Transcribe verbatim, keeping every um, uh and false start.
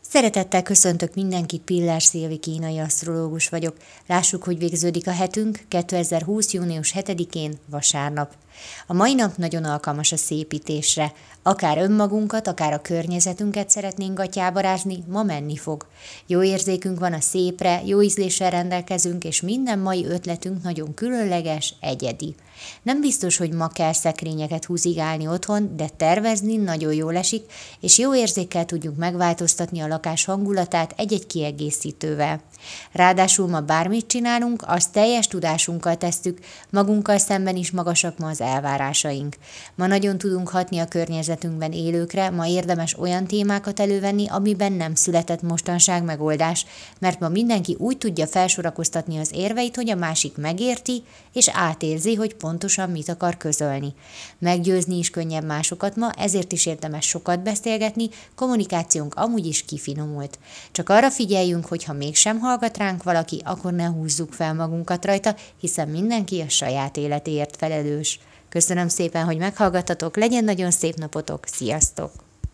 Szeretettel köszöntök mindenkit, Pillás Szilvi kínai asztrológus vagyok. Lássuk, hogy végződik a hetünk kétezer-húsz. június hetedikén, vasárnap. A mai nap nagyon alkalmas a szépítésre. Akár önmagunkat, akár a környezetünket szeretnénk gatyába rázni, ma menni fog. Jó érzékünk van a szépre, jó ízléssel rendelkezünk, és minden mai ötletünk nagyon különleges, egyedi. Nem biztos, hogy ma kell szekrényeket húzigálni otthon, de tervezni nagyon jól esik, és jó érzékkel tudjuk megváltoztatni a lakás hangulatát egy-egy kiegészítővel. Ráadásul ma bármit csinálunk, azt teljes tudásunkkal tesszük, magunkkal szemben is magasak ma az elvárásaink. Ma nagyon tudunk hatni a környezetünkben élőkre, ma érdemes olyan témákat elővenni, amiben nem született mostanság megoldás, mert ma mindenki úgy tudja felsorakoztatni az érveit, hogy a másik megérti, és átérzi, hogy pontosan mit akar közölni. Meggyőzni is könnyebb másokat ma, ezért is érdemes sokat beszélgetni, kommunikációnk amúgy is kifinomult. Csak arra figyeljünk, hogy ha mégsem hallgat ránk valaki, akkor ne húzzuk fel magunkat rajta, hiszen mindenki a saját életéért felelős. Köszönöm szépen, hogy meghallgattatok, legyen nagyon szép napotok, sziasztok!